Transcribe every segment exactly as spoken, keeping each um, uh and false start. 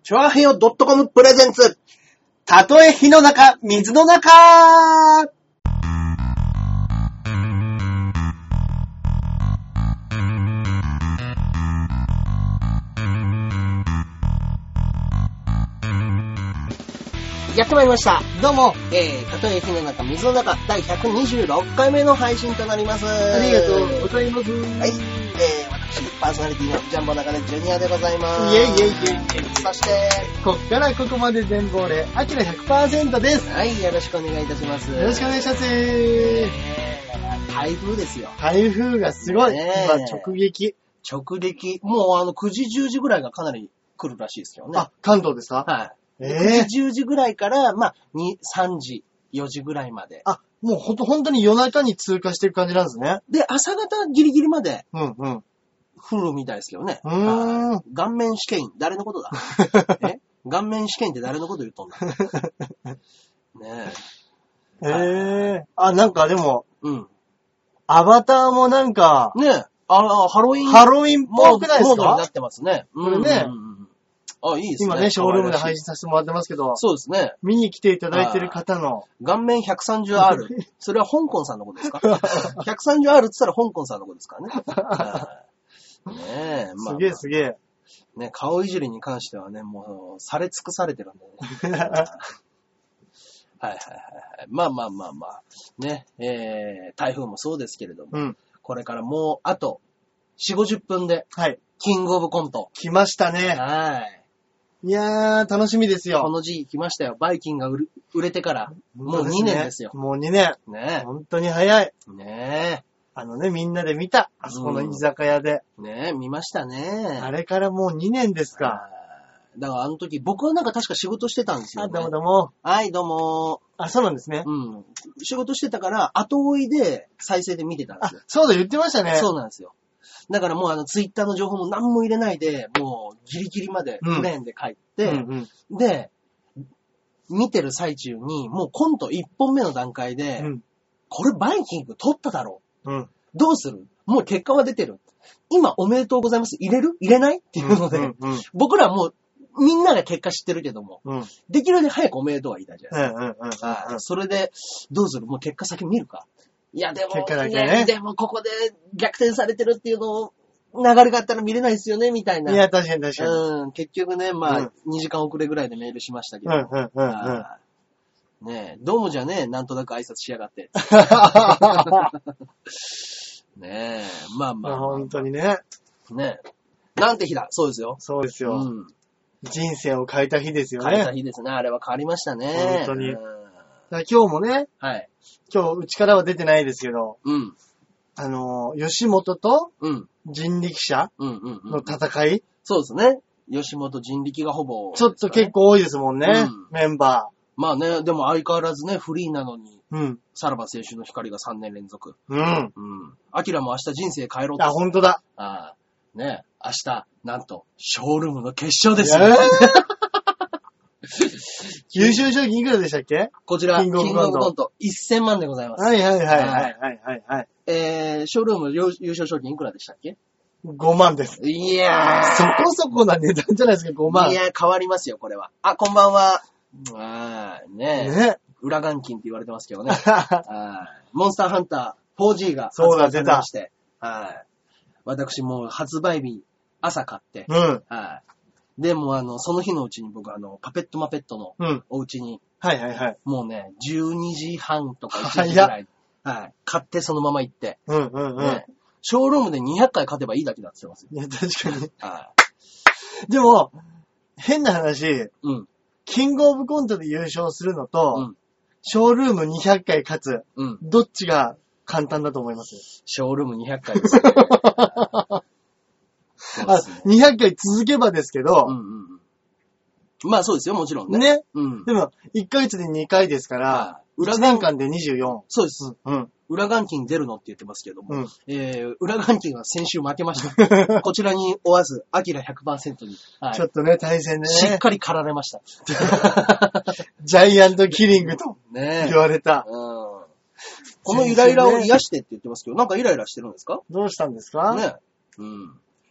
チョアヘヨ .com プレゼンツ。たとえ火の中、水の中。やってまいりました。どうも、えー、たとえ火の中、水の中、だいひゃくにじゅうろっかいめの配信となります。 ありがとうございます。 はい。えー、私、パーソナリティのジャンボ中根ジュニアでございます。 イェイイェイイェイイェイ。 そして、 こっからここまで全部俺、アキラ ひゃくパーセント です。 はい、よろしくお願いいたします。 よろしくお願いします。 えー、台風ですよ。 台風がすごい。 ね、 今直撃。 直撃。もうあのくじじゅうじぐらいがかなり来るらしいですけどね。 あ、関東ですか？ はい。 えー、 くじじゅうじぐらいから、まあ、に、さんじ、よじぐらいまで。 あ、もうほんと、本当に夜中に通過していく感じなんですね。 で、朝方ギリギリまで、 うんうん。 降るみたいですけどね。 うーん。 顔面試験、誰のことだえ顔面試験って誰のこと言っとんだねえ。えー。あ、なんかでも、 うん。 アバターもなんか、 ねえ、あ、ハロウィン。 ハロウィンっぽくないですか？ モードになってますね。 これね。 うんうんうん、あ、いいですね。 今ね、ショールームで配信させてもらってますけど。 そうですね。 見に来ていただいてる方の。 顔面 ひゃくさんじゅうアール。それは香港さんのことですか？ ひゃくさんじゅうアール って言ったら香港さんのことですからね。ねえ、まあ、まあ。 すげえすげえ。 ね、顔いじりに関してはね、もう、され尽くされてるんでね。はいはいはいはい。まあまあまあまあ。ね、えー、台風もそうですけれども、うん、これからもう、あと、よん、ごじゅっぷんで、はい。キングオブコント。 来ましたね。 はい。 いやー、楽しみですよ。 この時期来ましたよ。バイキンが売れ、売れてから、もうにねんですよ。 もうにねん。 ねえ。 本当に早い。 ねえ。 あのね、みんなで見た。あそこの居酒屋で。 うん、ねえ、見ましたね。 あれからもうにねんですか。 だからあの時、僕はなんか確か仕事してたんですよ、ね。 あ、どうもどうも。 はい、どうも。 あ、そうなんですね。 うん。仕事してたから、後追いで再生で見てたんですよ。 あ、そうだ、言ってましたね。 そうなんですよ。だからもうあのツイッターの情報も何も入れないで、もうギリギリまでプレーンで帰って、うんうん、で、見てる最中に、もうコントいっぽんめの段階で、うん、これバイキング取っただろう、うん。どうする？もう結果は出てる。今おめでとうございます。入れる？入れない？っていうので、うんうんうん、僕らはもうみんなが結果知ってるけども、うん、できるだけ早くおめでとうは言いたいじゃないですか。うんうんうんうん、それで、どうする？もう結果先見るか。いや、でも、 結果だけね、 ね、でもここで逆転されてるっていうのを、流れがあったら見れないですよね、みたいな。 いや、確かに確かに。 うん、結局ね、まあ、うん、にじかん遅れぐらいでメールしましたけど。うんうんうんうん、ねえ、どうもじゃねえ、なんとなく挨拶しやがって。ねえ、まあまあ、まあ。 本当にね。 ねえ。なんて日だ、そうですよ。 そうですよ。うん、人生を変えた日ですよね。 変えた日ですね。あれは変わりましたね。 本当に。うん、今日もね、はい。今日、うちからは出てないですけど、うん。あの、吉本と人力車の戦い、 そうですね。吉本人力がほぼ、ね、 ちょっと結構多いですもんね、うん、メンバー。 まあね、でも相変わらずね、フリーなのに、うん。さらば青春の光がさんねん連続。うん。うん。アキラも明日人生変えろって。 あ、ほんとだ。 ああ。ね、明日、なんと、ショールームの決勝ですよ。えー優勝賞金いくらでしたっけ？ こちら、キングオブコントせんまんでございます。 はいはいはいはいはいはい。 えー、ショールーム優勝賞金いくらでしたっけ？ ごまんです。 いやー。 そこそこな値段じゃないですか、ごまん。 いやー、変わりますよ、これは。あ、こんばんは。あー、ねえ。ね裏元金って言われてますけどね。あモンスターハンター フォージー が発売されまして。はい。私もう発売日、朝買って。うん。はい。で、もあの、その日のうちに僕あの、パペットマペットのお家に、うん、はいはいはい。もうね、じゅうにじはんとかいちじぐらい、はい、買ってそのまま行って、うんうんうん、ね。ショールームでにひゃっかい勝てばいいだけだって言ってますよ。 いや、確かに。はい。でも、変な話、うん。キングオブコントで優勝するのと、うん、ショールームにひゃっかい勝つ、うん。どっちが簡単だと思います？ ショールームにひゃっかいですね。 あ、にひゃっかい続けばですけど、うんうん、 まあそうですよ、もちろんね。 ね。うん、でも、いっかげつでにかいですから、裏いちねんかんでにじゅうよん。 そうです。うん。裏元金出るのって言ってますけども、うん、えー、裏元金は先週負けました。こちらに追わず、アキラ ひゃくパーセント に、 はい。ちょっとね、対戦でね。 しっかり狩られました。 ジャイアントキリングと言われた。ね、うん、 このイライラを癒してって言ってますけど、なんかイライラしてるんですか？ どうしたんですか？ ね。うん。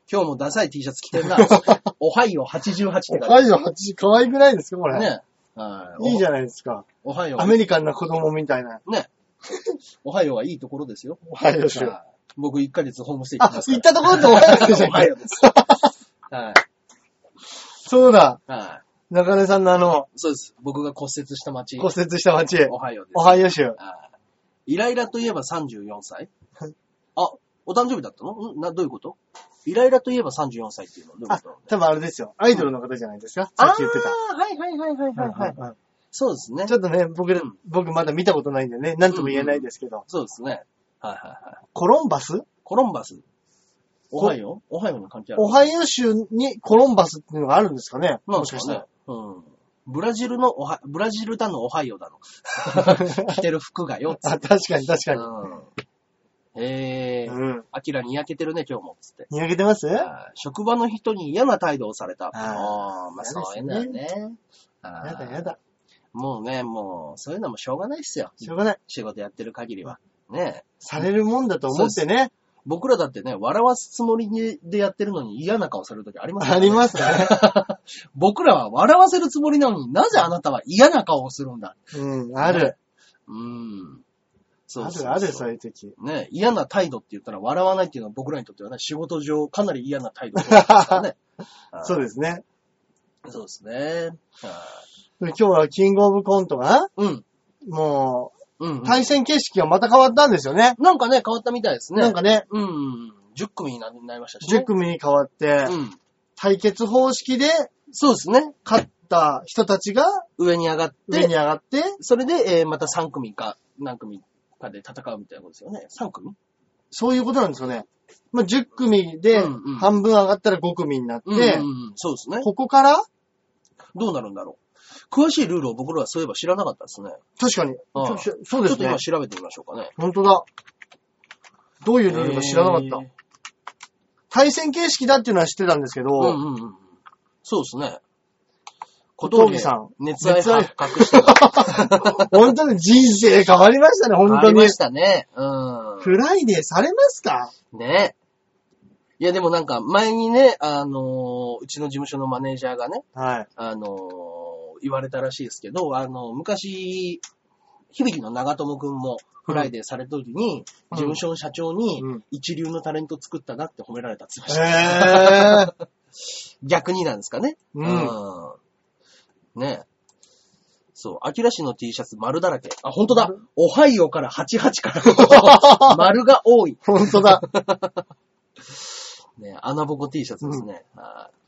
今日もダサい T シャツ着てるな。オハイオはちじゅうはちって書いてある。オハイオはちじゅう、可愛くないですかこれ。 ね。はい。 いいじゃないですか。 オハイオ。 アメリカンな子供みたいな。 ね。オハイオはいいところですよ。 オハイオ州。 僕いっかげつホームステイ行きますから。あ、行ったところってオハイオでしたっけ？ オハイオです。はい。 そうだ。 はい。 中根さんのあの。 そうです。僕が骨折した町。 骨折した町。 オハイオです。 オハイオ州。 イライラといえばさんじゅうよんさいあ、お誕生日だったのんな、どういうことイライラといえばさんじゅうよんさいっていうのはどういうこと？ あ、多分あれですよ。アイドルの方じゃないですか、うん、さっき言ってた。 ああ、はいはいはいはいはい、はいはい。そうですね。 ちょっとね、僕、うん、僕まだ見たことないんでね、なんとも言えないですけど。うんうん、 そうですね。はいはいはい。 コロンバス？ コロンバス。オハイオ？オハイオに関係ある？ オハイオ州にコロンバスっていうのがあるんですかね？ もしかして。うん。ブラジルのオハ、ブラジルだのオハイオだの。着てる服がよっつって。 あ、確かに確かに。 うん、へえー。うん。アキラにやけてるね、今日も。つって。 にやけてます？ 職場の人に嫌な態度をされた。ああ、まあそういうのはね。 やだやだ。 もうね、もう、そういうのもしょうがないっすよ。 しょうがない。 仕事やってる限りは。ね。 されるもんだと思ってね。 僕らだってね、笑わすつもりでやってるのに嫌な顔されるときありますよね。 ありますね。 僕らは笑わせるつもりなのになぜあなたは嫌な顔をするんだ。 うん、ある。 うん。 そうそうそう。あるある、そういう時。 ね、嫌な態度って言ったら笑わないっていうのは僕らにとってはね、仕事上かなり嫌な態度ですからね。 そうですね。 そうですね。 今日はキングオブコントが、うん。もう、うんうん、対戦形式がまた変わったんですよね。 なんかね、変わったみたいですね。 なんかね。 うん。じゅっ組になりましたしね。 じゅっ組に変わって、うん、対決方式で、 そうですね。 勝った人たちが、 上に上がって、 上に上がって、 それで、えー、またさん組か、何組かで戦うみたいなことですよね。さん組？ そういうことなんですよね。まあ、じゅっ組で、半分上がったらご組になって、うんうんうん、 そうですね。 ここからどうなるんだろう。詳しいルールを僕らはそういえば知らなかったですね。 確かに。ああそうですね。ちょっと今調べてみましょうかね。 本当だ。どういうルールか知らなかった。対戦形式だっていうのは知ってたんですけど。うんうんうん。 そうですね。 小峠さん。 熱愛発覚してた。 本当に人生変わりましたね、本当に。 変わりましたね。うん。 フライデーされますか？ ね。いやでもなんか前にね、あのー、うちの事務所のマネージャーがね、はい。あのー、言われたらしいですけど、あの、昔、響の長友くんもフライデーされた時に、うん、事務所の社長に、一流のタレント作ったなって褒められたって言ってました。へー逆になんですかね。うん。うん、ねえ。そう、アキラ氏の T シャツ丸だらけ。あ、ほんとだ。オハイオからはちじゅうはちから丸が多い。 ほんとだ。 ね、穴ぼこ T シャツですね。うん、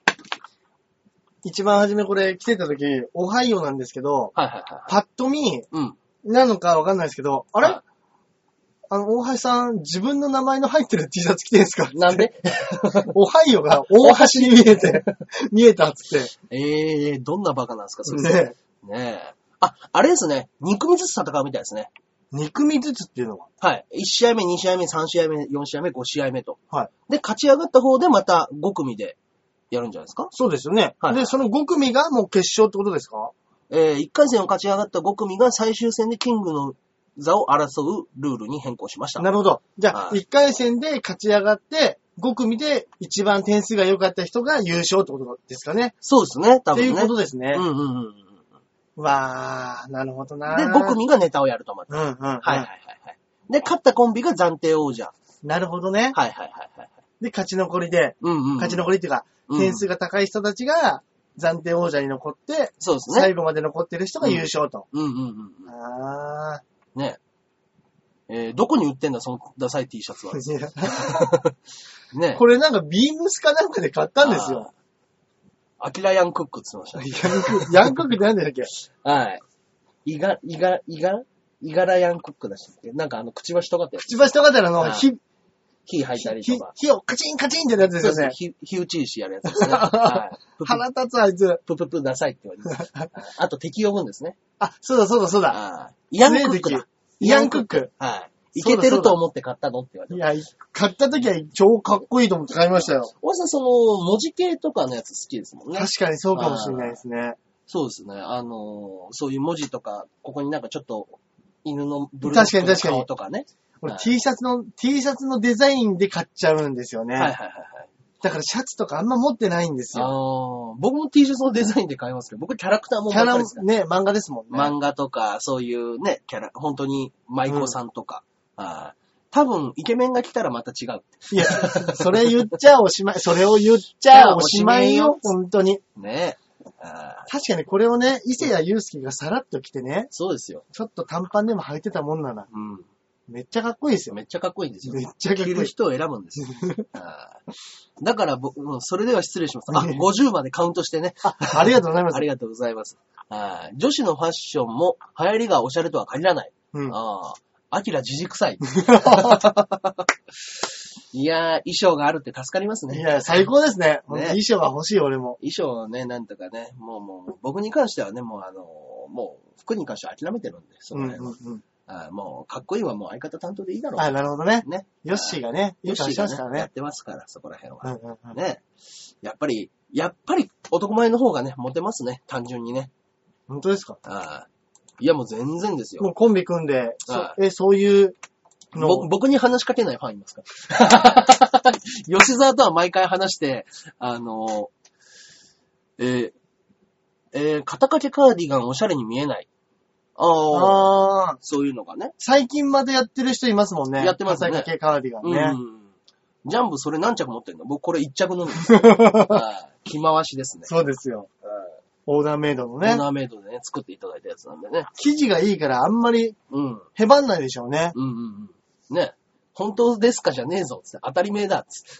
一番初めこれ着てた時、オハイオなんですけど、 はいはいはい、 パッと見、うん、なのかわかんないですけど、あれ、はい、あの、大橋さん、自分の名前の入ってる T シャツ着てんすか？ なんでオハイオが大橋に見えて、見えたっつって。 ええー、どんなバカなんですか、それ。ねえ。ねえ。あ、あれですね。に組ずつ戦うみたいですね。 に組ずつっていうのは？ はい。いち試合目、に試合目、さん試合目、よん試合目、ご試合目と。はい。で、勝ち上がった方でまたご組でやるんじゃないですか？ そうですよね。はい。で、そのご組がもう決勝ってことですか？ えー、いっかい戦を勝ち上がったご組が最終戦でキングの座を争うルールに変更しました。 なるほど。じゃあ、いっかい戦で勝ち上がって、ご組で一番点数が良かった人が優勝ってことですかね？ そうですね、多分ね。 っていうことですね。 うんうんうん。 わー、なるほどな。 で、ご組がネタをやると思って。 うんうん、うん。はいはいはいはい。で、勝ったコンビが暫定王者。 なるほどね。 はいはいはいはい。 で、勝ち残りで、うんうんうん、勝ち残りっていうか、点数が高い人たちが暫定王者に残って、 そうですね。 最後まで残ってる人が優勝と。 うんうんうんうん。 あー。ねえ。えー、どこに売ってんだ、そのダサい T シャツは。 ねこれなんかビームスかなんかで買ったんですよ。 アキラヤンクックって言ってました、ね。ヤンクック、ヤンクックって何でしたっけ？ はい。イガ、イガ、イガ、イガラヤンクックだし。なんかあの、くちばしとがってやつ。 くちばしとがっての、火、 火吐いたりとか。 火をカチンカチンってやつですよね。 火、火打ち石やるやつですね。はい。 腹立つあいつ。 プププダサいって言われて。あと敵呼ぶんですね。 あ、そうだそうだそうだ。 イヤンクックだ。 イヤンクック。 はい。いけてると思って買ったのって言われて。 いや、買った時は超かっこいいと思って買いましたよ。 おじさん、その、文字系とかのやつ好きですもんね。 確かにそうかもしれないですね。 そうですね。あの、そういう文字とか、ここになんかちょっと、犬のブルーの顔とかね。 俺 T シャツの、T シャツのデザインで買っちゃうんですよね。 はいはいはいはい。 だからシャツとかあんま持ってないんですよ。 あ僕も T シャツのデザインで買いますけど、僕キャラクターもキャラ、ね、漫画ですもんね。 漫画とか、そういうね、キャラ、本当に舞妓さんとか。うん、あ多分、イケメンが来たらまた違う。 いや、それ言っちゃおしまい、それを言っちゃおしまいよ、本当に。 ねあ確かにこれをね、伊勢谷友介がさらっと着てね。 そうですよ。 ちょっと短パンでも履いてたもんなら。うん。めっちゃかっこいいですよ。 めっちゃかっこいいんですよ。 めっちゃかっこいい。 着る人を選ぶんですよ。あだから僕、それでは失礼します。あ、ごじゅうまでカウントしてね。 あ、ありがとうございます。 ありがとうございます。あ女子のファッションも流行りがおしゃれとは限らない。うん。あアキラじじくさい。いやー、衣装があるって助かりますね。 いや、最高ですね。ね衣装が欲しい、俺も。 衣装をね、なんとかね、もうもう、僕に関してはね、もうあの、もう、服に関しては諦めてるんで、その辺は。うんうんうんあもう、かっこいいはもう相方担当でいいだろう。 あ、なるほどね。ね。ヨッシーがね、 ヨッシーが、ね、からねやってますから、そこら辺は。うんうんうん、ね。やっぱり、やっぱり男前の方がね、モテますね、単純にね。 本当ですか？ あいや、もう全然ですよ。 もうコンビ組んで、そえ、そういうの僕に話しかけないファンいますか吉沢とは毎回話して、あの、えー、えー、肩掛けカーディガンおしゃれに見えない。ああ、そういうのがね。 最近までやってる人いますもんね。 やってますね。 肩掛けカーディガンね。うん。 ジャンブそれ何着持ってんの？僕これ一着のみです。着回しですね。 そうですよ。オーダーメイドのね。 オーダーメイドでね、作っていただいたやつなんでね。 生地がいいからあんまり、うん。へばんないでしょうね。 うんうんうん。ね。本当ですかじゃねえぞ。つって当たり前だ。つって。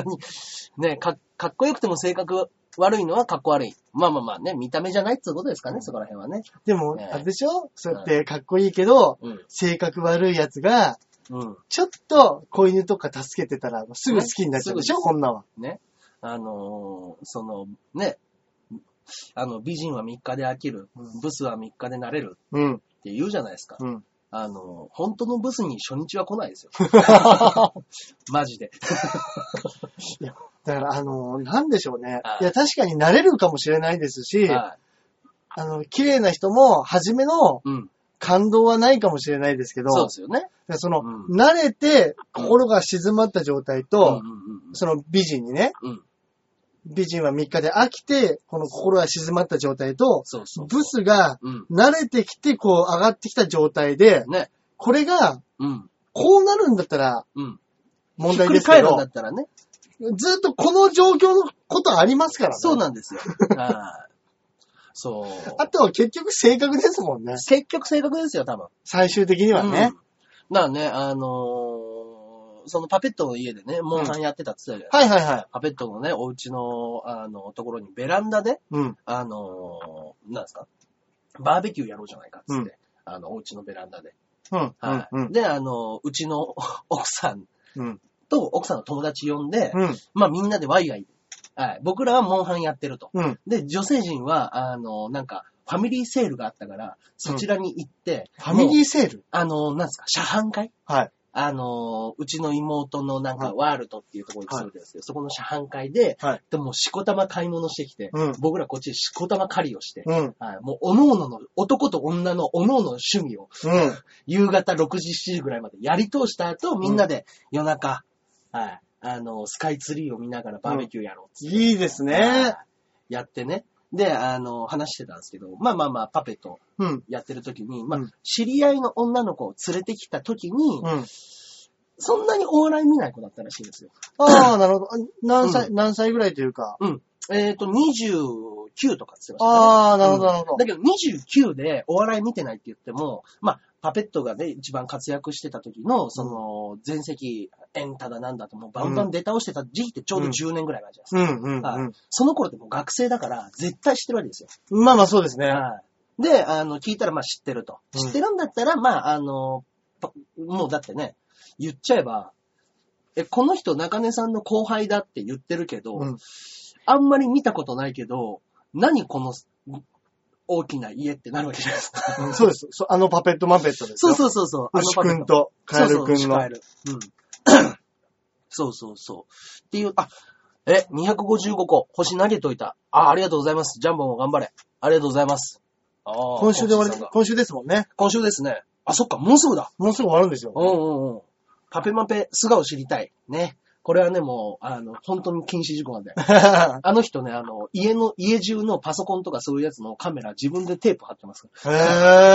何ねか、かっこよくても性格悪いのはかっこ悪い。まあまあまあね、見た目じゃないってことですかね、うん、そこら辺はね。 でも、ね、あれでしょそうやってかっこいいけど、うん、性格悪いやつが、うん、ちょっと子犬とか助けてたらすぐ好きになっちゃうでしょ、ね、こんなは。 ね。あのー、その、ね、あの、美人はみっかで飽きる、うん、ブスはみっかで慣れるって言うじゃないですか。うん、あの、本当のブスに初日は来ないですよ。マジで。 いやだから、あの、なんでしょうね。いや、確かに慣れるかもしれないですし、あの、綺麗な人も、初めの感動はないかもしれないですけど、 そうですよね。 その、うん、慣れて、心が静まった状態と、うんうんうん、その美人にね、うん、美人はみっかで飽きて、この心が静まった状態と、そうそうそうブスが慣れてきて、こう上がってきた状態で、ね、これが、うん、こうなるんだったら、問題ですけど、ひっくり返るんだったらね、ずっとこの状況のことありますからね。 そうなんですよ。あそう。 あとは結局性格ですもんね。 結局性格ですよ、多分。 最終的にはね。 うん、だからね、あのー、そのパペットの家でね、モンハンやってたって言ってたじゃないですか。はいはいはい。パペットのね、お家の、あの、ところにベランダで、うん、あのー、なんですか、バーベキューやろうじゃないかっつって、うん、あの、お家のベランダで。うん。はい。うん、で、あの、うちの奥さん、うんと奥さんの友達呼んで、うん、まあみんなでワイワイ、はい、僕らはモンハンやってると、うん、で女性陣はあのなんかファミリーセールがあったからそちらに行って、 うん、ファミリーセールあのなんですか車販会、はい、あのうちの妹のなんかワールドっていうところに住んでるんですけど、はい、そこの車販会で、はい、でもしこたま買い物してきて、うん、僕らこっちでしこたま狩りをして、うんはい、もう各々の男と女の各々の趣味を、うん、夕方ろくじしちじぐらいまでやり通した後みんなで夜中はい。あの、スカイツリーを見ながらバーベキューやろうっつって、 うん。いいですね。 やってね。で、あの、話してたんですけど、まあまあまあ、パペとやってる時に、うん、まあ、知り合いの女の子を連れてきた時に、うん、そんなにお笑い見ない子だったらしいんですよ。 ああ、なるほど。何歳、うん、何歳ぐらいというか。 うん。えっ、ー、と、にじゅうきゅうとかって言ってましたね。ああ、なるほど、なるほど。 だけど、にじゅうきゅうでお笑い見てないって言っても、まあ、パペットがね、一番活躍してた時の、その、前席、エンタだなんだと、もうバンバン出倒してた時期ってちょうどじゅうねんぐらい前じゃないですか。うんうんうんうん、その頃ってもう学生だから、絶対知ってるわけですよ。 まあまあそうですね。 で、あの、聞いたらまあ知ってると。うん、知ってるんだったら、まあ、あの、もうだってね、言っちゃえば、え、この人中根さんの後輩だって言ってるけど、うん、あんまり見たことないけど、何この、大きな家ってなるわけじゃないですか。 うん、そうです。あのパペットマペットですよ。 そうそうそうそう。 牛くんとカエルくんの。そうそう、カエル。うん。 そうそうそう。っていう、あ、え、にひゃくごじゅうごこ、星投げといた。あ、ありがとうございます。ジャンボも頑張れ。ありがとうございます。 あ今週で終わり、今週ですもんね。 今週ですね。あ、そっか、もうすぐだ。 もうすぐ終わるんですよ。 うんうんうん。パペマペ、素顔知りたい。ね。 これはね、もう、あの、本当に禁止事項なんだよ。あの人ね、あの、家の、家中のパソコンとかそういうやつのカメラ自分でテープ貼ってますから。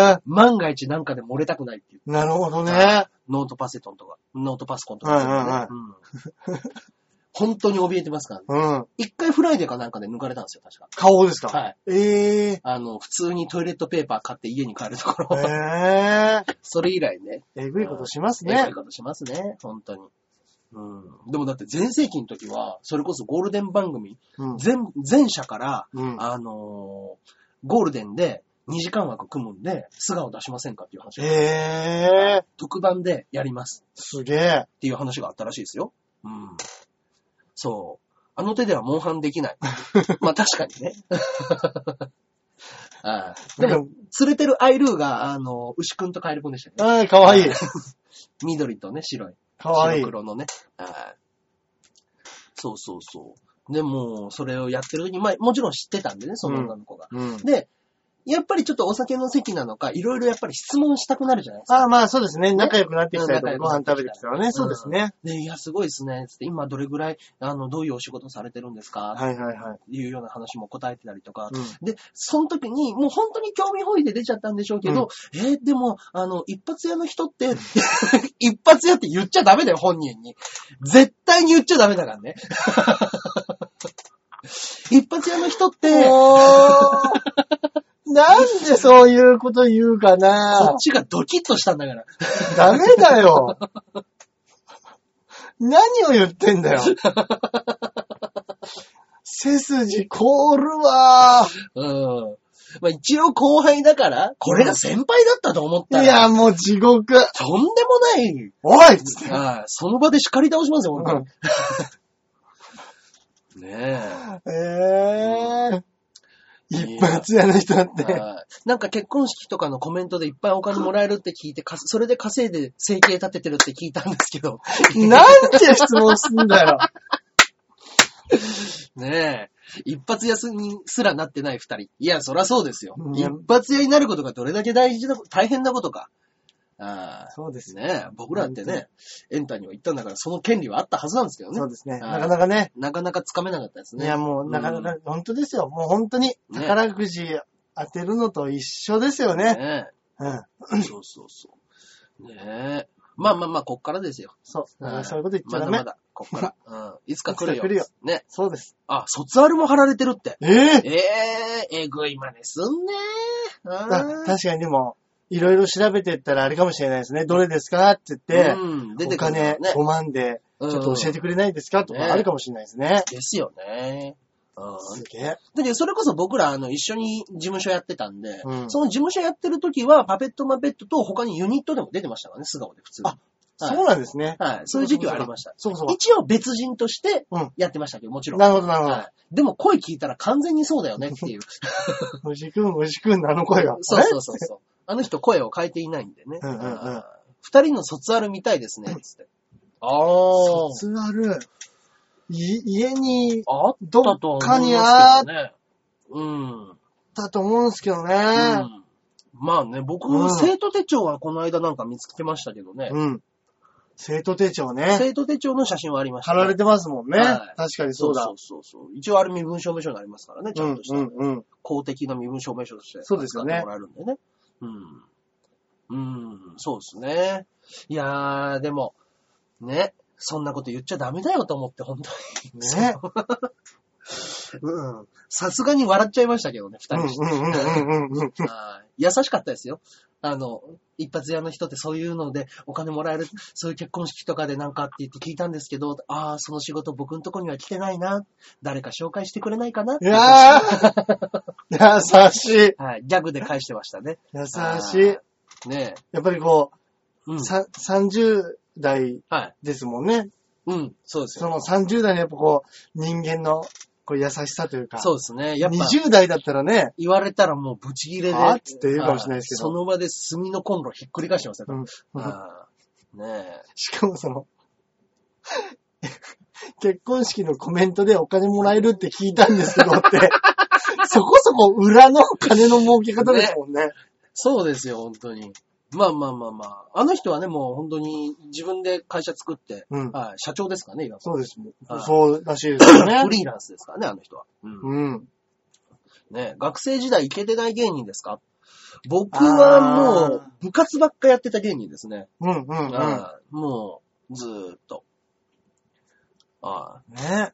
へー。万が一なんかで漏れたくないっていう。 なるほどね。 ノートパセトンとか、ノートパソコンとか、ね。はいはいはい。うん、本当に怯えてますからね。うん。一回フライデーかなんかで抜かれたんですよ、確か。 顔ですか？ はい。 ええー。 あの、普通にトイレットペーパー買って家に帰るところ。ええー。それ以来ね。 えぐいことしますね。 えぐいことしますね、本当に。うん。でもだって前世紀の時は、それこそゴールデン番組、うん、全、全社から、うん、あのー、ゴールデンでにじかん枠組むんで、素顔出しませんかっていう話が。へー。特番でやります。 すげー。 っていう話があったらしいですよ。うん。そう。あの手ではモンハンできない。まあ確かにね。ああでも、連れてるアイルーが、あの、牛くんとカエルくんでしたね。 ああ、かわいい。 緑とね、白い。 かわいい。 白黒のね。あそうそうそう。でも、それをやってる時に、まあ、もちろん知ってたんでね、その女の子が。うんうん、で、やっぱりちょっとお酒の席なのか、いろいろやっぱり質問したくなるじゃないですか。 ああ、まあそうですね。仲良くなってきたりとか、ご飯食べてきたらね。そうですね。 で、いや、すごいですね。つって、今どれぐらい、あの、どういうお仕事されてるんですかはいはいはい。 いうような話も答えてたりとか。うん、で、その時に、もう本当に興味本位で出ちゃったんでしょうけど、うん、えー、でも、あの、一発屋の人って、一発屋って言っちゃダメだよ、本人に。絶対に言っちゃダメだからね。一発屋の人って、 なんでそういうこと言うかな。 こっちがドキッとしたんだから。 ダメだよ。何を言ってんだよ。背筋凍るわ。 うん。まあ、一応後輩だから、これが先輩だったと思ったら。 いや、もう地獄。とんでもない。 おいっつって。 ああ、その場で叱り倒しますよ、本当に。うん、ねえ。 えー。一発屋の人だって。 なんか結婚式とかのコメントでいっぱいお金もらえるって聞いて、それで稼いで生計立ててるって聞いたんですけど。 なんて質問すんだよ。 ねえ。一発屋にすらなってない二人。いや、そりゃそうですよ。一発屋になることがどれだけ大事な、大変なことか。ああ、 そうですね。僕らってね、エンタには行ったんだから、その権利はあったはずなんですけどね。 そうですね。なかなかね。 なかなかつかめなかったですね。 いや、もう、なかなか、うん、本当ですよ。もう本当に、宝くじ当てるのと一緒ですよね。ねうん。そうそうそう。ねえ。まあまあまあ、こっからですよ。 そう。だからそういうこと言っちゃダメ。 まだまだ、こっから。うん。いつか来るよ。 いつか来るよ。 ね。 そうです。 あ、卒アルも貼られてるって。 ええー、 ええー、えぐい真似すんねー。あ、確かにでも、いろいろ調べていったらあれかもしれないですね。どれですかって言って、うん、出てくるね、お金ごまんで、ちょっと教えてくれないですか、うん、とかあるかもしれないですね。 ですよね。うん、 すげえ。 だけど、それこそ僕ら、あの、一緒に事務所やってたんで、うん、その事務所やってる時は、パペットマペットと他にユニットでも出てましたからね、素顔で普通に。 あ、はい、そうなんですね。 はい。そういう時期はありました。 そうそう。 一応別人としてやってましたけど、もちろん。 なるほど、なるほど、はい。 でも声聞いたら完全にそうだよねっていう。 虫くん、虫くんのあの声が。 そうそうそうそう。あの人声を変えていないんでね。うんうんうん。二人の卒アル見たいですね、つって。ああ。 卒アル。い、家に、 あったと思どっかにあっね。うん。 たと思うんですけどね。 うん。まあね、僕、うん、生徒手帳はこの間なんか見つけましたけどね。 うん。生徒手帳ね。 生徒手帳の写真はありました、 ね。貼られてますもんね。はい、確かにそうだ。 そうそうそう。一応あれ身分証明書になりますからね、ちゃんとした。うんうんうん、公的な身分証明書としてそうですよね。 使ってもらえるんでね。うん。うん、そうですね。いやー、でも、ね、そんなこと言っちゃダメだよと思って、本当に。ね。うん。さすがに笑っちゃいましたけどね、二人して。うんうんうんうんうん。優しかったですよ。あの、一発屋の人ってそういうのでお金もらえる、そういう結婚式とかでなんかって言って聞いたんですけど、ああ、その仕事僕のとこには来てないな。誰か紹介してくれないかなって。いやー優しい。 はい、ギャグで返してましたね。 優しい。ねえ。やっぱりこう、うん、ささんじゅう代ですもんね。はい、 うん、そうですよ。 そのさんじゅう代のやっぱこう、人間の、こう優しさというか。 そうですね。やっぱ。 にじゅう代だったらね。 言われたらもうブチギレで。 あっつって言うかもしれないですけど。 その場で炭のコンロひっくり返してますよ。うん、あねえ。しかもその、結婚式のコメントでお金もらえるって聞いたんですけどって、そこそこ裏の金の儲け方ですもんね。ねそうですよ、本当に。 まあまあまあまあ。あの人はね、もう本当に自分で会社作って、 うん、 はい、社長ですかね、今。 そうです。そうらしいですよね。 フリーランスですからね、あの人は。うん。 うん、ね、 学生時代イケてない芸人ですか？僕はもう部活ばっかやってた芸人ですね。 うんうんうん。 もうずーっと。ああ。 ね。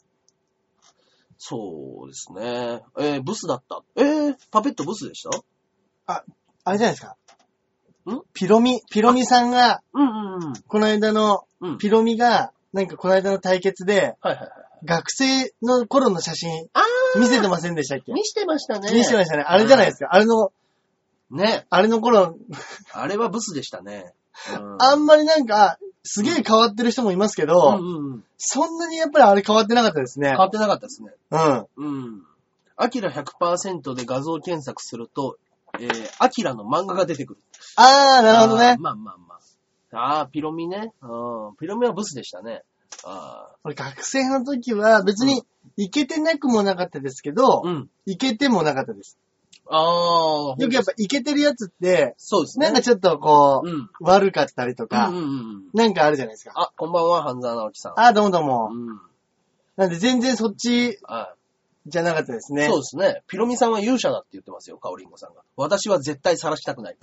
そうですね。えー、ブスだった。えー、パペットブスでした？ あ、あれじゃないですか。 んピロミ、ピロミさんが、 うんうんうん。 この間の、ピロミが、なんかこの間の対決で、 はいはいはい。 学生の頃の写真、見せてませんでしたっけ？ 見せてましたね。 見せてましたね。あれじゃないですか。あれの、 ね。 あれの頃、 あれはブスでしたね。 うん、あんまりなんか、すげえ変わってる人もいますけど、うんうんうん、そんなにやっぱりあれ変わってなかったですね。 変わってなかったですね。 うん。 うん。アキラ ひゃくパーセント で画像検索すると、えー、アキラの漫画が出てくる。 あー、なるほどね。 まあまあまあ。あー、ピロミね。うん。ピロミはブスでしたね。あ俺学生の時は別にイケてなくもなかったですけど、うん、イケてもなかったです。 ああ。 よくやっぱイケてるやつって、 そうですね。 なんかちょっとこう、うん、悪かったりとか、うんうんうん、なんかあるじゃないですか。 あ、こんばんは、半沢直樹さん。 あ、どうもどうも。うん、なんで全然そっち、じゃなかったですね。 そうですね。ピロミさんは勇者だって言ってますよ、カオリンゴさんが。私は絶対晒したくない。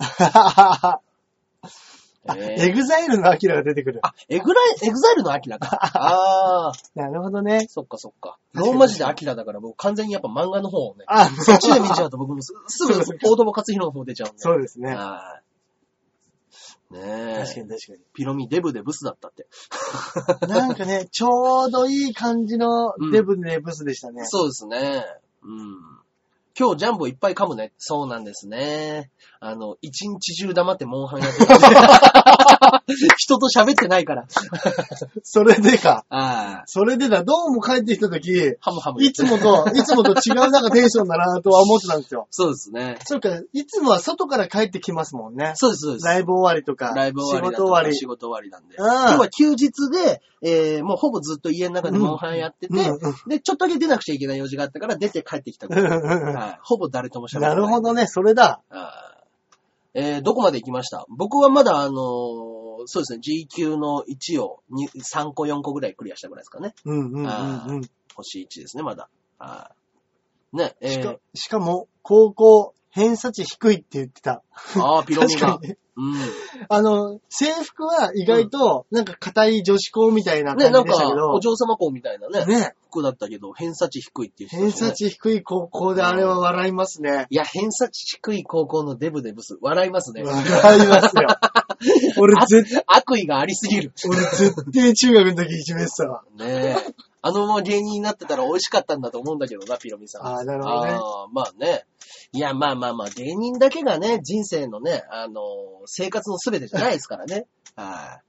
あ、エグザイルのアキラが出てくる。 あ、エグライ、エグザイルのアキラか。ああ。 なるほどね。 そっかそっか。ローマ字でアキラだから僕完全にやっぱ漫画の方をね。あ、そっちで見ちゃうと僕もすぐ大友克洋の方出ちゃうんで。 そうですね。 あねえ。 確かに確かに。 ピロミデブでブスだったって。 なんかね、ちょうどいい感じのデブでブスでしたね。 うん、そうですね。うん。今日ジャンボいっぱい噛むね。そうなんですね。あの、一日中黙ってモンハンやってた。人と喋ってないから。 それでか。 ああ。 それでだ、どうも帰ってきたとき、 ハムハム。 いつもと、いつもと違うなんかテンションだなとは思ってたんですよ。 そうですね。 そうか、いつもは外から帰ってきますもんね。 そうです、そうです。 ライブ終わりとか。 ライブ終わり仕事終わり。 仕事終わりなんで。今日は休日で、えー、もうほぼずっと家の中でモンハンやってて、うんうん、で、ちょっとだけ出なくちゃいけない用事があったから出て帰ってきたから、はい。ほぼ誰とも喋ってない。 なるほどね、それだ。 あえー、どこまで行きました？僕はまだあのー、そうですね、G 級のいちをさんこよんこぐらいクリアしたぐらいですかね。 うんうんうんうん。 星いちですね、まだ。あね、えー、 しか、しかも、高校、偏差値低いって言ってた。 ああ、ピロミが。 うん。あの、制服は意外と、なんか硬い女子校みたいな感じでしたけど。ね、なんか、 お嬢様校みたいなね。ね。服だったけど、偏差値低いっていう人、ね。 偏差値低い高校であれは笑いますね。 いや、偏差値低い高校のデブデブス、笑いますね。 笑いますよ。俺絶対、 悪意がありすぎる。 俺絶対中学の時いじめてたわ。 ねえ。あのまま芸人になってたら美味しかったんだと思うんだけどな、ピロミさん。 ああ、なるほどね。あまあね。いや、まあまあまあ、芸人だけがね、人生のね、あの、生活のすべてじゃないですからね。はい。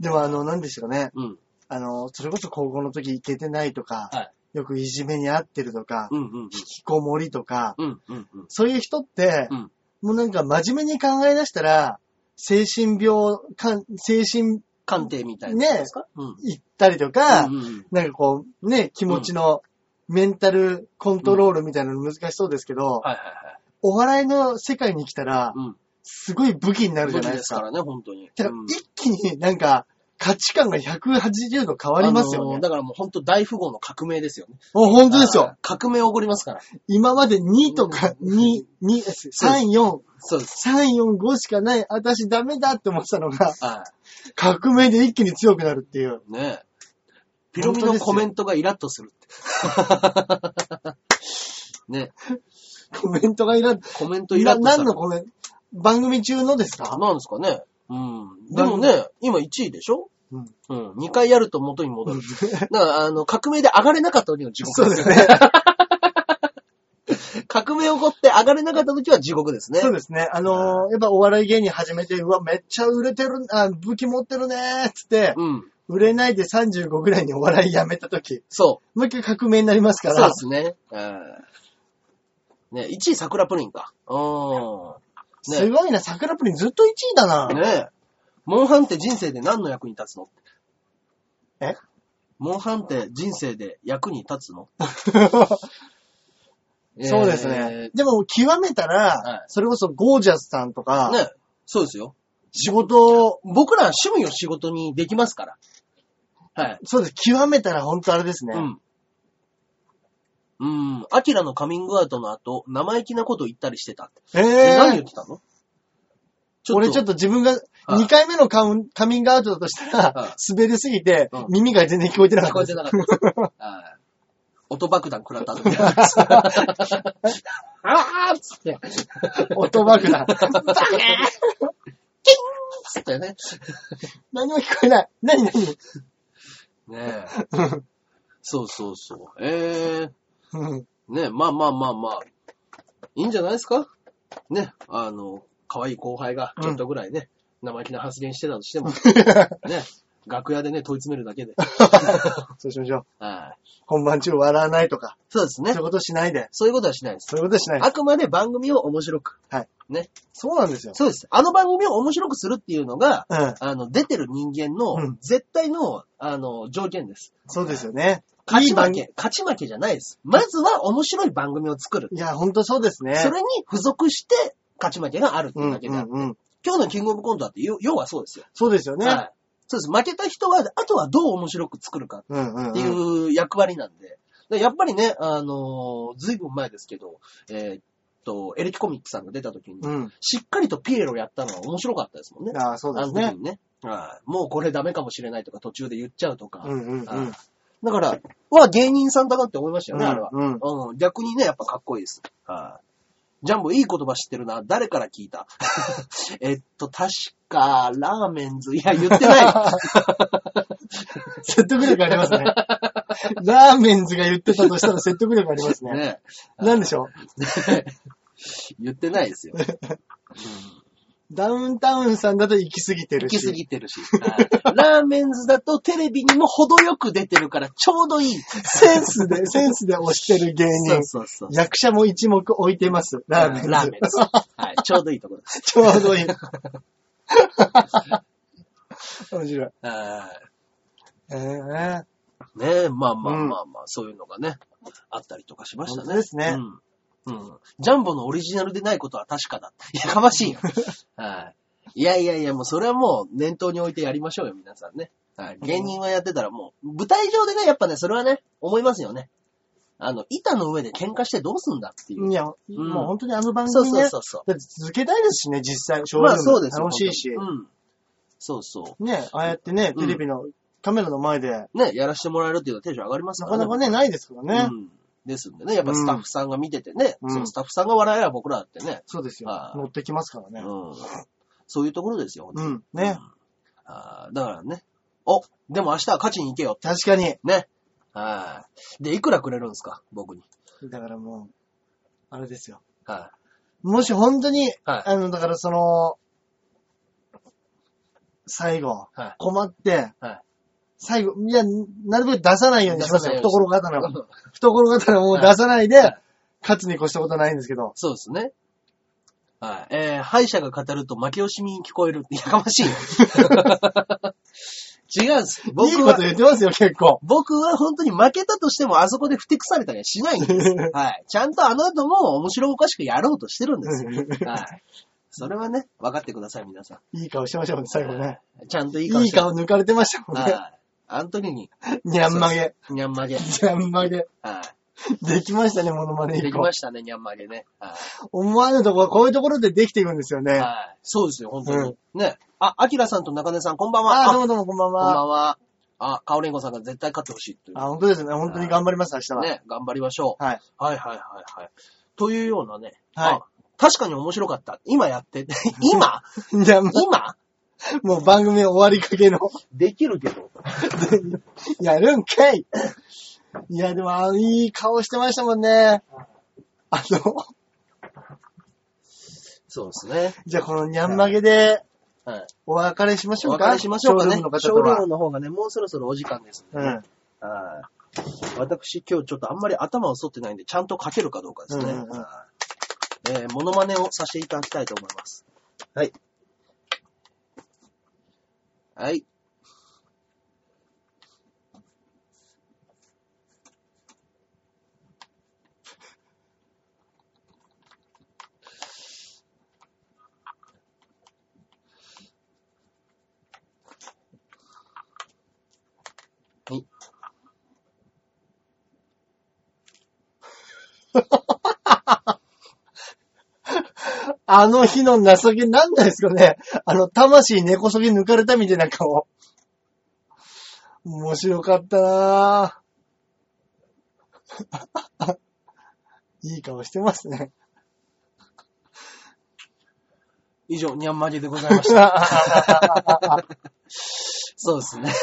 でもあの、なんでしょうね。 うん。あの、それこそ高校の時行けてないとか、はい、よくいじめにあってるとか、 うんうんうん、引きこもりとか、 うんうんうん、 そういう人って、うん、もうなんか真面目に考え出したら、精神病、精神鑑定みたいなですか、 ね、うん、行ったりとか、うんうん、なんかこう、ね、気持ちのメンタルコントロールみたいなの難しそうですけど、うんはいはいはい、お笑いの世界に来たら、うん、すごい武器になるじゃないですか。 武器ですからね、本当に。 だから一気になんか、価値観がひゃくはちじゅうど変わりますよね。あのー、 だからもう本当大富豪の革命ですよね。 もう本当ですよ。 革命起こりますから。 今までにとかに、に、さん、よん、そうです。さん、よん、ごしかない、私ダメだって思ってたのが、はい、革命で一気に強くなるっていう。 ねえ。ピロミのコメントがイラッとするって。ね。 コメントがイラッと。 コメントイラッとする。 何のコメント？番組中のですか？ なんですかね。うん。でもね、今いちいでしょ？うん。うん。にかいやると元に戻る。だから、あの、革命で上がれなかった時の地獄ですね。そうですね。革命起こって上がれなかった時は地獄ですね。 そうですね。あのー、やっぱお笑い芸人始めて、うわ、めっちゃ売れてる、あ、武器持ってるねーっつって、うん。売れないでさんじゅうごぐらいにお笑いやめた時。 そう。 もう一回革命になりますから。 そうですね。うん。ね、いちい桜プリンか。うん。 ね、すごいな、桜プリンずっといちいだな。 ねえ。モンハンって人生で何の役に立つの？ え？ モンハンって人生で役に立つの？ そうですね。えー、でも極めたら、はい、それこそゴージャスさんとか、 ね、そうですよ。 仕事、 僕らは趣味を仕事にできますから。はい。 そうです。極めたら本当あれですね。 うん。うん。アキラのカミングアウトの後、生意気なこと言ったりしてたって。 えー、 何言ってたの？ ちょ俺ちょっと自分がにかいめのカウンカミングアウトだとしたら、滑りすぎて、耳が全然聞こえてなかった。聞こえてなかった。 音爆弾食らった後に。あーっつって。 音爆弾。バケーキンーつってね。 何も聞こえない。何何ねえ。そうそうそう。えー。ねえ、まあまあまあまあ。いいんじゃないですか？ね。あの、可愛い後輩がちょっとぐらいね、うん、生意気な発言してたとしても、ね。楽屋でね、問い詰めるだけで。 そうしましょう。 はい。 本番中笑わないとか。 そうですね。 そういうことしないで。 そういうことはしないです。 そういうことはしないです。 あくまで番組を面白く。 はい。 ね。 そうなんですよ。 そうです。あの番組を面白くするっていうのが、 うん、 あの、出てる人間の絶対の、あの、条件です。 そうですよね。 勝ち負け、勝ち負けじゃないです。まずは面白い番組を作る。 いや、ほんとそうですね。 それに付属して勝ち負けがあるっていうだけであって、うんうんうん、今日のキングオブコントだって要はそうですよ。 そうですよね。はい。 そうです。負けた人は、あとはどう面白く作るかっていう役割なんで。うんうんうん、やっぱりね、あのー、ずいぶん前ですけど、えー、っと、エレキコミックさんが出た時に、うん、しっかりとピエロやったのは面白かったですもんね。 ああ、そうですね。 あの時にね。あもうこれダメかもしれないとか途中で言っちゃうとか。 うんうんうん、 だから、は芸人さんだなって思いましたよね、うん、あれは、うんうん。逆にね、やっぱかっこいいです。はジャンボいい言葉知ってるな。誰から聞いたえっと、確か、ラーメンズ。いや、言ってない。 説得力ありますね。ラーメンズが言ってたとしたら説得力ありますね。ねなんでしょう言ってないですよ。うんダウンタウンさんだと行き過ぎてるし。 行き過ぎてるし。ラーメンズだとテレビにも程よく出てるからちょうどいい。 センスで、センスで推してる芸人。そうそうそう。役者も一目置いてます。ラーメンズ。 ラーメンズ。はい。ちょうどいいところです。 ちょうどいい。面白い。 えー、ねえ、まあまあまあまあ、うん、そういうのがね、あったりとかしましたね。 そうですね。 うんうん。ジャンボのオリジナルでないことは確かだ。いやかましいよ。はい。いやいやいや、もうそれはもう念頭に置いてやりましょうよ、皆さんね。はい。芸人はやってたらもう、舞台上でね、やっぱね、それはね、思いますよね。あの、板の上で喧嘩してどうすんだっていう。 いや、うん、もう本当にあの番組ね。そうそうそうそう。だって続けたいですしね、実際。 まあそうです。 楽しいし。 うん。そうそう。 ね、ああやってね、テレビのカメラの前で。 ね、やらせてもらえるっていうのはテンション上がりますからね。なかなかね、ないですからね。うんですんでね。やっぱスタッフさんが見ててね。うん、そのスタッフさんが笑えば僕らだってね。 そうですよ。乗ってきますからね。 うん。そういうところですよ。 うん。ね。 うん、あだからね。おでも明日は勝ちに行けよ。 確かに。 ね。はい。で、いくらくれるんですか僕に。 だからもう、あれですよ。 はい。 もし本当に、はい、あの、だからその、最後、はい、困って、はい最後、いや、なるべく出さないようにしますよ。懐刀は。懐刀もう出さないで、はい、勝つに越したことはないんですけど。 そうですね。はい。えー、敗者が語ると負け惜しみに聞こえる。やかましいよ。違うんです。 僕はいいこと言ってますよ、結構。 僕は本当に負けたとしてもあそこでふてくされたりはしないんです。はい。ちゃんとあの後も面白おかしくやろうとしてるんですよ。はい。それはね、分かってください、皆さん。 いい顔してましたもんね、最後ね。 ちゃんといい顔して。 いい顔抜かれてましたもんね。はい。 あの時に。 にゃんまげ。 にゃんまげ。 にゃんまげ。はい。できましたね、モノマネ一個。 できましたね、にゃんまげね。はい。 思わぬところ、こういうところでできていくんですよね。 はい。そうですよ、本当に。うん、ね。あ、アキラさんと中根さん、こんばんは。 あ、どうもどうも、こんばんは。 こんばんは。あ、カオレンゴさんが絶対勝ってほしいという。 あ、本当ですね。本当に頑張ります、明日は。 ね、頑張りましょう。 はい。 はいはいはいはい。というようなね。 はい。 確かに面白かった。今やって。今いや、 今もう番組終わりかけの。 できるけど。 やるんかい。いや、でも、あの、いい顔してましたもんね。あの。 そうですね。 じゃあ、このにゃんまげで、はい、お別れしましょうか。 お別れしましょうかね。 ショールームの方とは。 ショールームの方がね、もうそろそろお時間です、ね。 うん。はい。 私、今日ちょっとあんまり頭を反ってないんで、ちゃんと書けるかどうかですね。うんうんうん、えー、モノマネをさせていただきたいと思います。はい。はい。 あの日の情けなんだですかね。あの、魂根こそぎ抜かれたみたいな顔。面白かったなぁ。いい顔してますね。 以上、にゃんまげでございました。そうですね。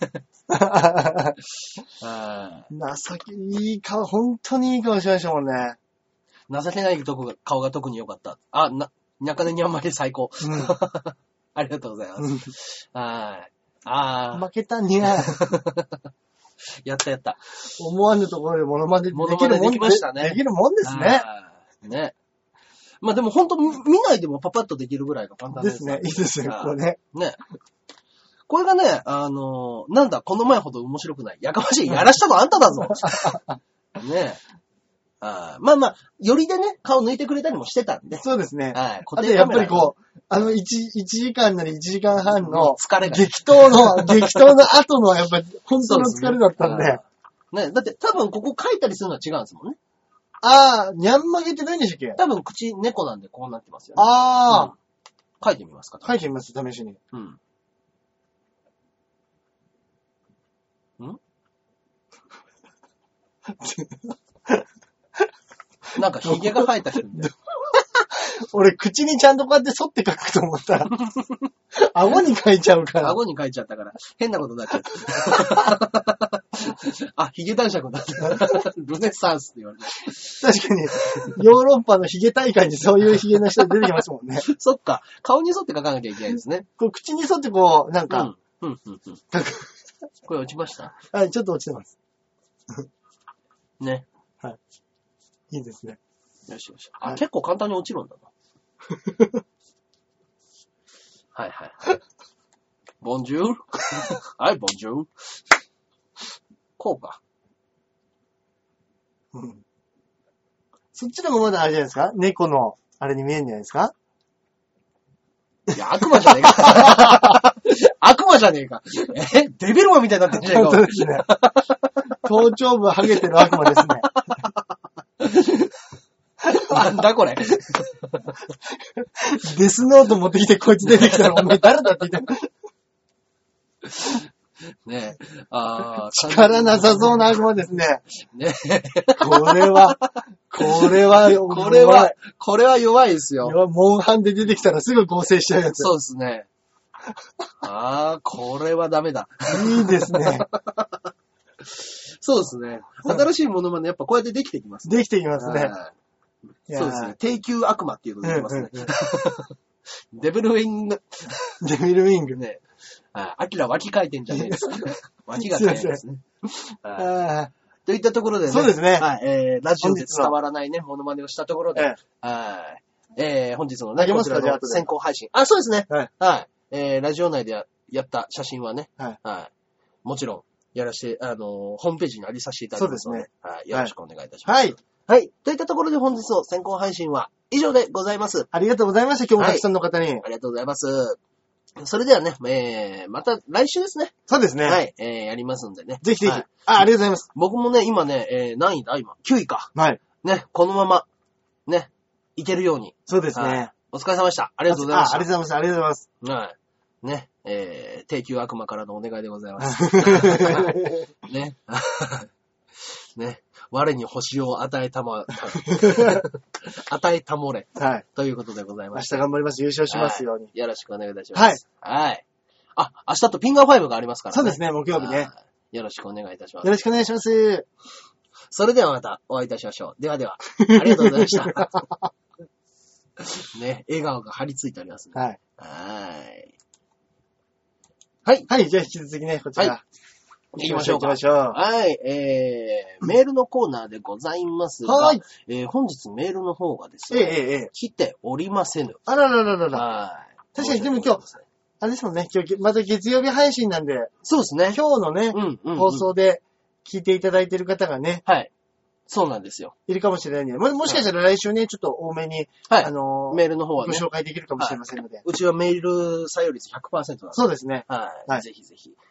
情け、いい顔、本当にいい顔しましたもんね。 情けないとこが顔が特に良かった。あ、な、中根にゃんまげ最高。うん、ありがとうございます。はい。あ負けたにゃ。 やったやった。 思わぬところでモノマネできるもんモノマネできましたね。 できるもんですね。 ね。まあでも本当見ないでもパパッとできるぐらいの簡単ですね。いいですね、これね。 ね。これがね、あのー、なんだ、この前ほど面白くない。やかましい。やらしたのあんただぞ。ね。あまあまあ、よりでね、顔抜いてくれたりもしてたんで。 そうですね。 はい。 あとやっぱりこう、あのいち、いちじかんなりいちじかんはんの疲れが激闘の、激闘の後のやっぱり本当の疲れだったんで。 ね, ね。だって多分ここ書いたりするのは違うんですもんね。 ああ、にゃんまげって何でしたっけ？ 多分口猫なんでこうなってますよね。 ああ、うん。 書いてみますか？ 書いてみます、試しに。 うん。んなんか髭が生えた人みたいな。 俺、口にちゃんとこうやって沿って書くと思ったら、顎に書いちゃうから。 顎に書いちゃったから、変なことになっちゃった。あ、髭男爵だ。ルネサンスって言われて。 確かに、ヨーロッパの髭大会にそういう髭の人出てきますもんね。 そっか、顔に沿って書かなきゃいけないですね。 こう口に沿ってこう、なんか、 うん、うん、うん、うん。これ落ちました？ はい、ちょっと落ちてます。 ね。 はい。いいですね。 よしよし。あ、はい、結構簡単に落ちるんだな。はいはい。ボンジュールはい、ボンジュール。こうか。 うん。そっちの方がまだあれじゃないですか？猫の、あれに見えるんじゃないですか？ いや、悪魔じゃねえか。悪魔じゃねえか。えデビルマンみたいになってんじゃねえか。 本当ですね。頭頂部ハゲてる悪魔ですね。 なんだこれ。 デスノート持ってきてこいつ出てきたらお前誰だって言ってねえ。あ力なさそうな悪魔ですね。 ねえ。これは、これは、 これは、これは弱いですよ。 モンハンで出てきたらすぐ合成しちゃうやつ。 そうですね。ああ、これはダメだ。 いいですね。 そうですね。新しいものまねやっぱこうやってできてきますね。できてきますね。 そうですね。低級悪魔っていうのが出ますね。うんうんうん、デビルウィング。 デビルウィングね。あ、アキラ脇書いてんじゃねえですか。脇が書いてですね。といったところでね。 そうですね。 はい。えー、ラジオで伝わらないね、モノマネをしたところで。はい。えー、本日のね、こちらの先行配信。あ、そうですね。はい。はい。えー、ラジオ内で や, やった写真はね。はい。はい。もちろん、やらして、あのー、ホームページにありさせていただきますので。そうですね。はい。よろしくお願いいたします。はい。はい。といったところで本日の先行配信は以上でございます。 ありがとうございました。今日もたくさんの方に、はい。 ありがとうございます。それではね、えー、また来週ですね。 そうですね。 はい。えー、やりますんでね。 ぜひぜひ。 はい、 あ、ありがとうございます。 僕もね、今ね、えー、何位だ今。きゅういか。 はい。 ね、このまま、ね、いけるように。 そうですね。はい、 お疲れ様でした。ありがとうございました。 あ、ありがとうございます。ありがとうございます。 はい。ね、えー、低級悪魔からのお願いでございます。ね。ね。我に星を与えたま、与えたもれ。はい。ということでございました。 明日頑張ります。優勝しますように。 よろしくお願いいたします。はい。はい。あ、明日とピンガーファイブがありますからね。 そうですね、木曜日ね。 よろしくお願いいたします。 よろしくお願いします。 それではまたお会いいたしましょう。ではでは。ありがとうございました。ね、笑顔が張り付いておりますね。はい。はい。はい。 はい、じゃあ引き続きね、こちら。はい。 行きましょうか。 行きましょう。 はい。えー、メールのコーナーでございますが、はい。えー、本日メールの方がですね、ええええ、来ておりませぬ。 あららららら。はい。確かに、でも今日、あれですもんね、今日、また月曜日配信なんで、 そうですね。 今日のね、うんうんうん、放送で聞いていただいている方がね、 はい。そうなんですよ。 いるかもしれないんで、も, もしかしたら来週ね、ちょっと多めに、 はい、 あのー、 メールの方は、ね、 ご紹介できるかもしれませんので。はい、 うちはメール採用率 ひゃくパーセント なんで。 そうですね。 はい。はい、ぜひぜひ。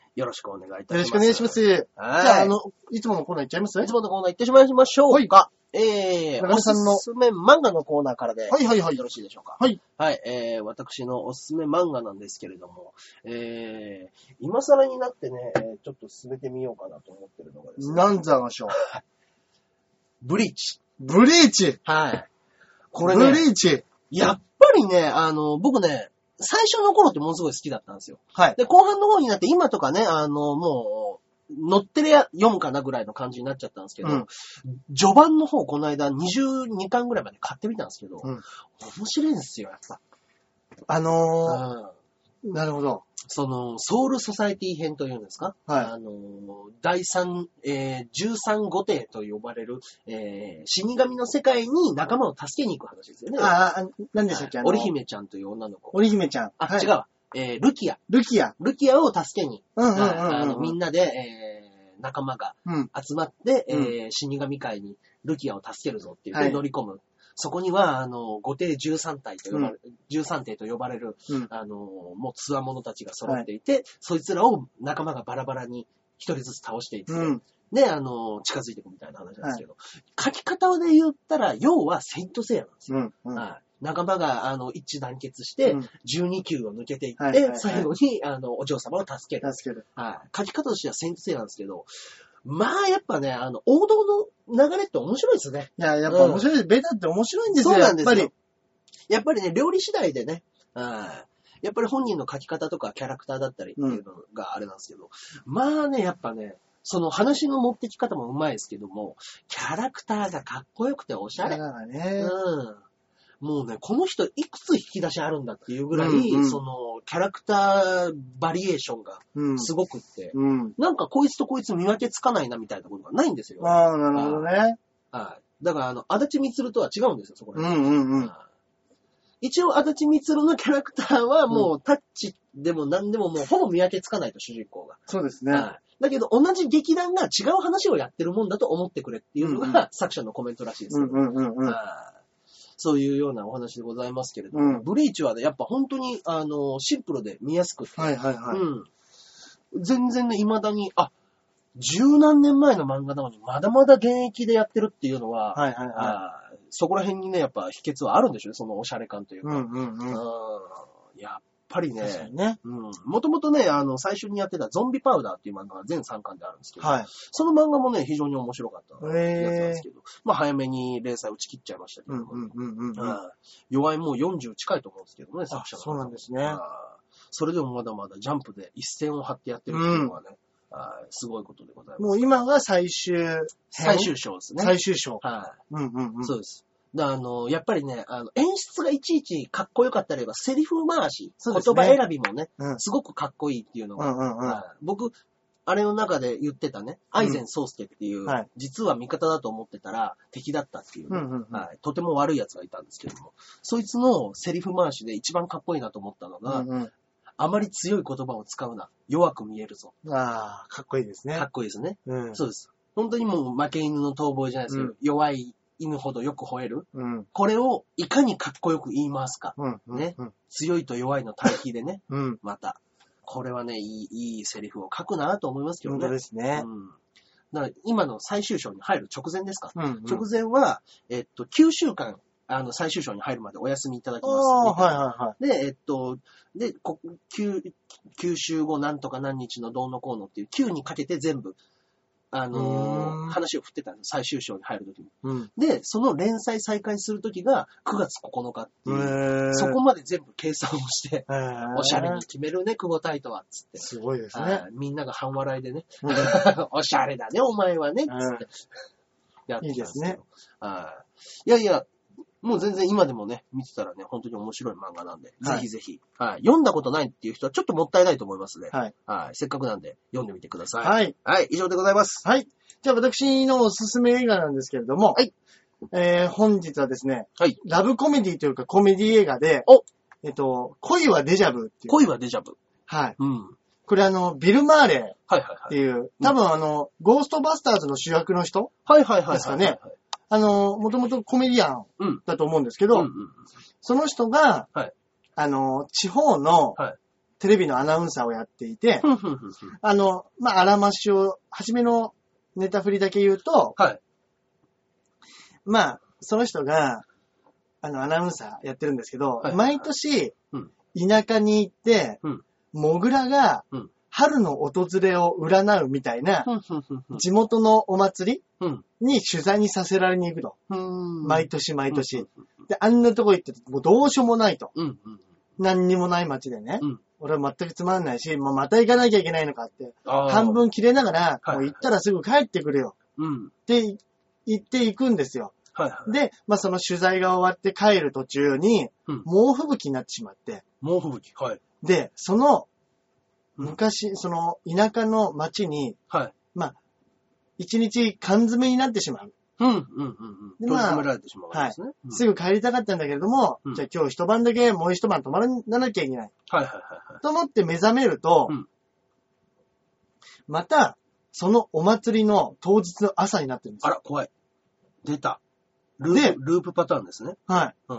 よろしくお願いいたします。 よろしくお願いします。じゃあ、あの、いつものコーナー行っちゃいます？ いつものコーナー行ってしまいましょうか。はい、えー、おすすめ漫画のコーナーからで、はいはいはい。よろしいでしょうか。はい。はい、えー、私のおすすめ漫画なんですけれども、えー、今更になってね、ちょっと進めてみようかなと思ってるのがですね。 なんざましょう。 ブリーチ。 ブリーチはい。これね。 ブリーチ。 やっぱりね、あの、僕ね、最初の頃ってものすごい好きだったんですよ。 はい。 で、後半の方になって今とかね、あの、もう、乗ってるや読むかなぐらいの感じになっちゃったんですけど、うん、序盤の方この間にじゅうにかんぐらいまで買ってみたんですけど、うん、面白いんですよ、やっぱ。 あのー、うん、なるほど。 その、ソウルソサエティ編というんですか、はい、あの、だいさん、えー、じゅうさんごていと呼ばれる、えー、死神の世界に仲間を助けに行く話ですよね。 ああ、何でしたっけ、はい、 織姫ちゃんという女の子。 織姫ちゃん。 あ、はい、違うわ。えー、ルキア。 ルキア。 ルキアを助けに、 うんうんうんうん、 あのみんなで、えー、仲間が集まって、うん、えー、死神界にルキアを助けるぞっていう、はい、乗り込む。そこには、あの、ごていじゅうさんたいと呼ばれる、うん、じゅうさんていと呼ばれる、うん、あの、もう強者たちが揃っていて、はい、そいつらを仲間がバラバラに一人ずつ倒していって、うん、で、あの、近づいていくみたいな話なんですけど、はい、書き方で言ったら、要はセイントセイヤなんですよ。うんうん、はい、仲間が、あの、一致団結して、じゅうにきゅうを抜けていって、はいはいはい、最後に、あの、お嬢様を助ける。 助ける。 はい。書き方としてはセイントセイヤなんですけど、まあ、やっぱね、あの、王道の流れって面白いですね。 いや、やっぱ面白いです。うん、ベタって面白いんですよ。そうなんですよ。やっぱり。 やっぱりね、料理次第でね、やっぱり本人の書き方とかキャラクターだったりっていうのがあれなんですけど、うん、まあね、やっぱね、その話の持ってき方もうまいですけども、キャラクターがかっこよくておしゃれ。 だからね。 うん。もうね、この人いくつ引き出しあるんだっていうぐらい、うんうん、その、キャラクターバリエーションがすごくって、うん、なんかこいつとこいつ見分けつかないなみたいなことがないんですよ。 ああ、なるほどね。 はい。だから、あの、足立みつるとは違うんですよ、そこら辺。うんうんうん。 一応、足立みつるのキャラクターはもう、うん、タッチでも何でももうほぼ見分けつかないと、主人公が。 そうですね。はい。 だけど、同じ劇団が違う話をやってるもんだと思ってくれっていうのが、うんうん、作者のコメントらしいですよ。 うんうんうんうん。 そういうようなお話でございますけれども、うん、ブリーチはね、やっぱ本当に、あの、シンプルで見やすくて。 はいはいはい。 うん。全然ね、未だに、あ、十何年前の漫画なのに、まだまだ現役でやってるっていうのは、 はいはいはい。 あそこら辺にね、やっぱ秘訣はあるんでしょうね、そのおしゃれ感というか。 うんうんうん。 うんやっぱりね、 確かにね。 うん。もともとね、あの、最初にやってたゾンビパウダーっていう漫画が全さんかんであるんですけど、 はい。 その漫画もね、非常に面白かったやつなんですけど、まあ早めに連載打ち切っちゃいましたけど、 うんうんうんうん、うん。 弱いもうよんじゅう近いと思うんですけどね、作者が。 そうなんですね。 それでもまだまだジャンプで一線を張ってやってるっていうのはね、うん、すごいことでございます。 もう今が最終最終章ですね。 最終章。 はい、 うんうんうん。 そうです。だあの、やっぱりね、あの、演出がいちいちかっこよかったりは、セリフ回し、ね、言葉選びもね、うん、すごくかっこいいっていうのが、 うんうんうん、 僕、あれの中で言ってたね、アイゼン宗介っていう、うんはい、実は味方だと思ってたら敵だったっていう、ね、 うんうんうんはい、とても悪い奴がいたんですけども、そいつのセリフ回しで一番かっこいいなと思ったのが、 うんうん、 あまり強い言葉を使うな、弱く見えるぞ。 ああ、かっこいいですね。 かっこいいですね。 うん、 そうです。本当にもう負け犬の遠吠えじゃないですけど、うん、弱い犬ほどよく吠える、 うん。 これをいかにかっこよく言い回すか。 うんうん、 ね、うん。強いと弱いの対比でね。 うん、 また。これはね、いい、いいセリフを書くなと思いますけどね。 本当ですね。 うん。だから今の最終章に入る直前ですか。 うんうん、 直前は、えっと、きゅうしゅうかん、あの、最終章に入るまでお休みいただきます。 あはいはいはい。 で、えっと、で、こ 9, 9週後なんとか何日のどうのこうのっていうきゅうにかけて全部、あのー、話を振ってたんです。最終章に入るときに、 うん。 で、その連載再開するときがくがつここのかっていう、そこまで全部計算をして、おしゃれに決めるね、久保タイトは、つって。 すごいですね。 みんなが半笑いでね、おしゃれだね、お前はね、つって。やってたんですけど。いいですね。いやいや、もう全然今でもね、見てたらね、本当に面白い漫画なんで、はい、ぜひぜひ、はい。読んだことないっていう人はちょっともったいないと思いますね。 はい。 はい。せっかくなんで読んでみてください。 はい。 はい。以上でございます。 はい。じゃあ私のおすすめ映画なんですけれども、 はい。 えー、本日はですね、 はい。 ラブコメディというかコメディ映画で、 おえっと、恋はデジャブっていう。 恋はデジャブ。 はい。 うん。 これあの、ビル・マーレーはいはいはい。 っていう、多分あの、ゴーストバスターズの主役の人はいはいはい。 ですかね。あの、もともとコメディアンだと思うんですけど、 うんうんうん、 その人が、 はい、 あの、地方の、 はい、 テレビのアナウンサーをやっていて、あの、まあ、あらましを、初めのネタ振りだけ言うと、はい。まあ、その人が、あの、アナウンサーやってるんですけど、はい、毎年、うん、田舎に行って、うん、モグラが、うん春の訪れを占うみたいな、地元のお祭りに取材にさせられに行くと。毎年毎年。で、あんなとこ行ってもうどうしようもないと。何にもない街でね。俺は全くつまんないし、もうまた行かなきゃいけないのかって。半分切れながら、もう行ったらすぐ帰ってくれよ。って言って行くんですよ。で、まあその取材が終わって帰る途中に、猛吹雪になってしまって。 猛吹雪はい。 で、その、昔、その、田舎の町に、はい。まあ、一日缶詰になってしまう。 うん、うん、うん。で、まあ、閉じ込められてしまうわけですね。はい、 うん。すぐ帰りたかったんだけれども、うん、じゃあ今日一晩だけもう一晩泊まらなきゃいけない。はい、はい、はい。と思って目覚めると、うん、また、そのお祭りの当日の朝になってるんですよ。 あら、怖い。出た。ループ、ループパターンですね。 はい。うん。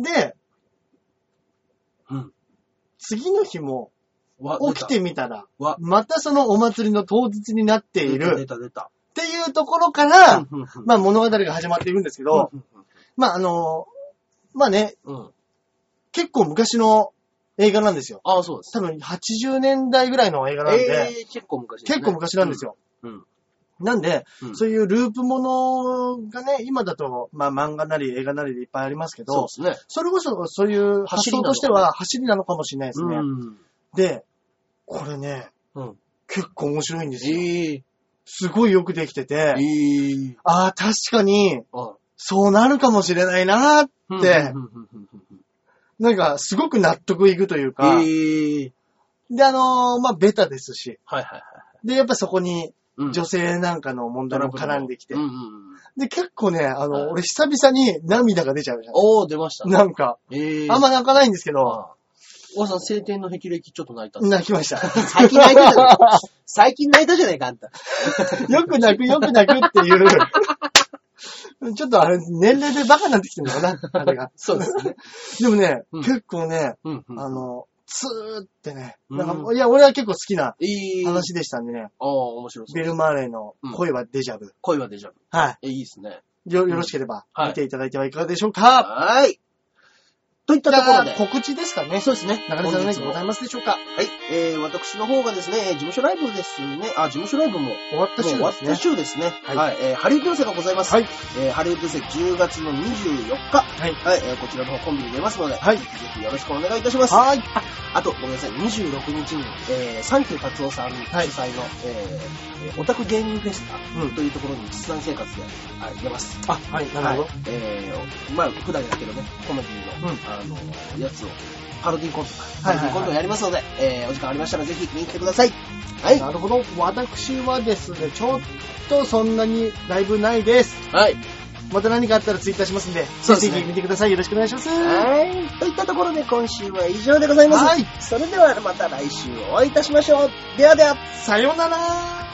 で、うん。次の日も、起きてみたら、またそのお祭りの当日になっている。 出た出た。 っていうところから、まあ物語が始まっているんですけど、まああの、まあね、うん、結構昔の映画なんですよ。 ああ、そうです。 多分はちじゅうねんだいぐらいの映画なんで、 えー、結構昔ですね。 結構昔なんですよ。うんうん、なんで、うん、そういうループものがね、今だと、まあ漫画なり映画なりでいっぱいありますけど、 そうですね。 それこそそういう発想としては走りなのかもしれないですね。うん、で、これね、うん、結構面白いんですよ。えー、すごいよくできてて、えー、ああ、確かに、そうなるかもしれないなーって、なんかすごく納得いくというか、えー、で、あのー、まあ、ベタですし、はいはいはい、で、やっぱそこに女性なんかの問題も絡んできて、うんうんうん、で、結構ね、あの、はい、俺久々に涙が出ちゃうじゃん。 おー、出ましたね。 なんか、えー、あんま泣かないんですけど、 おばさん、晴天の霹靂ちょっと泣いた。 泣きました。 最近泣いたじゃないか。最近泣いたじゃないか、あんた。 よく泣く、よく泣くっていう。ちょっとあれ、年齢でバカになってきてるのかな、あれが。 そうですね。 でもね、うん、結構ね、うんうん、あの、ツーってね、なんか、いや、俺は結構好きな話でしたんでね。 ああ、面白そう。 ビル・マーレーの恋はデジャブ。 恋はデジャブ。 はい。 え、いいですね。 よ、よろしければ、見ていただいてはいかがでしょうか。 はい。といったところで。 告知ですかね。 そうですね。 中根さん何かございますでしょうか。はい。えー、私の方がですね、事務所ライブですね。あ、事務所ライブも終わった週ですね。 終わった週ですね。はい。はい、えー、ハリウッド寄せがございます。はい。えー、ハリウッド寄せじゅうがつのにじゅうよっか。はい。はい。えー、こちらの方コンビに出ますので、はい。ぜひよろしくお願いいたします。はい。あ、あと、ごめんなさい。にじゅうろくにちに、えー、サンキュー達夫さん主催の、はい、えー、オタク芸人フェスタというところに実弾生活で、はい、出ます。 あ、はい。なるほど。はい、 えー、まあ、普段やってるね、コメディの、うん、あの、やつを、パロディコントか。パロディコントをやりますので、はいはいはい、えー、お時間ありましたらぜひ見に来てください。はい。 なるほど。私はですね、ちょっとそんなにライブないです。はい。また何かあったらツイッターしますんで、そうですね、ぜひ見てください。よろしくお願いします。 はい。といったところで今週は以上でございます。はい。それではまた来週お会いいたしましょう。ではでは。 さようなら。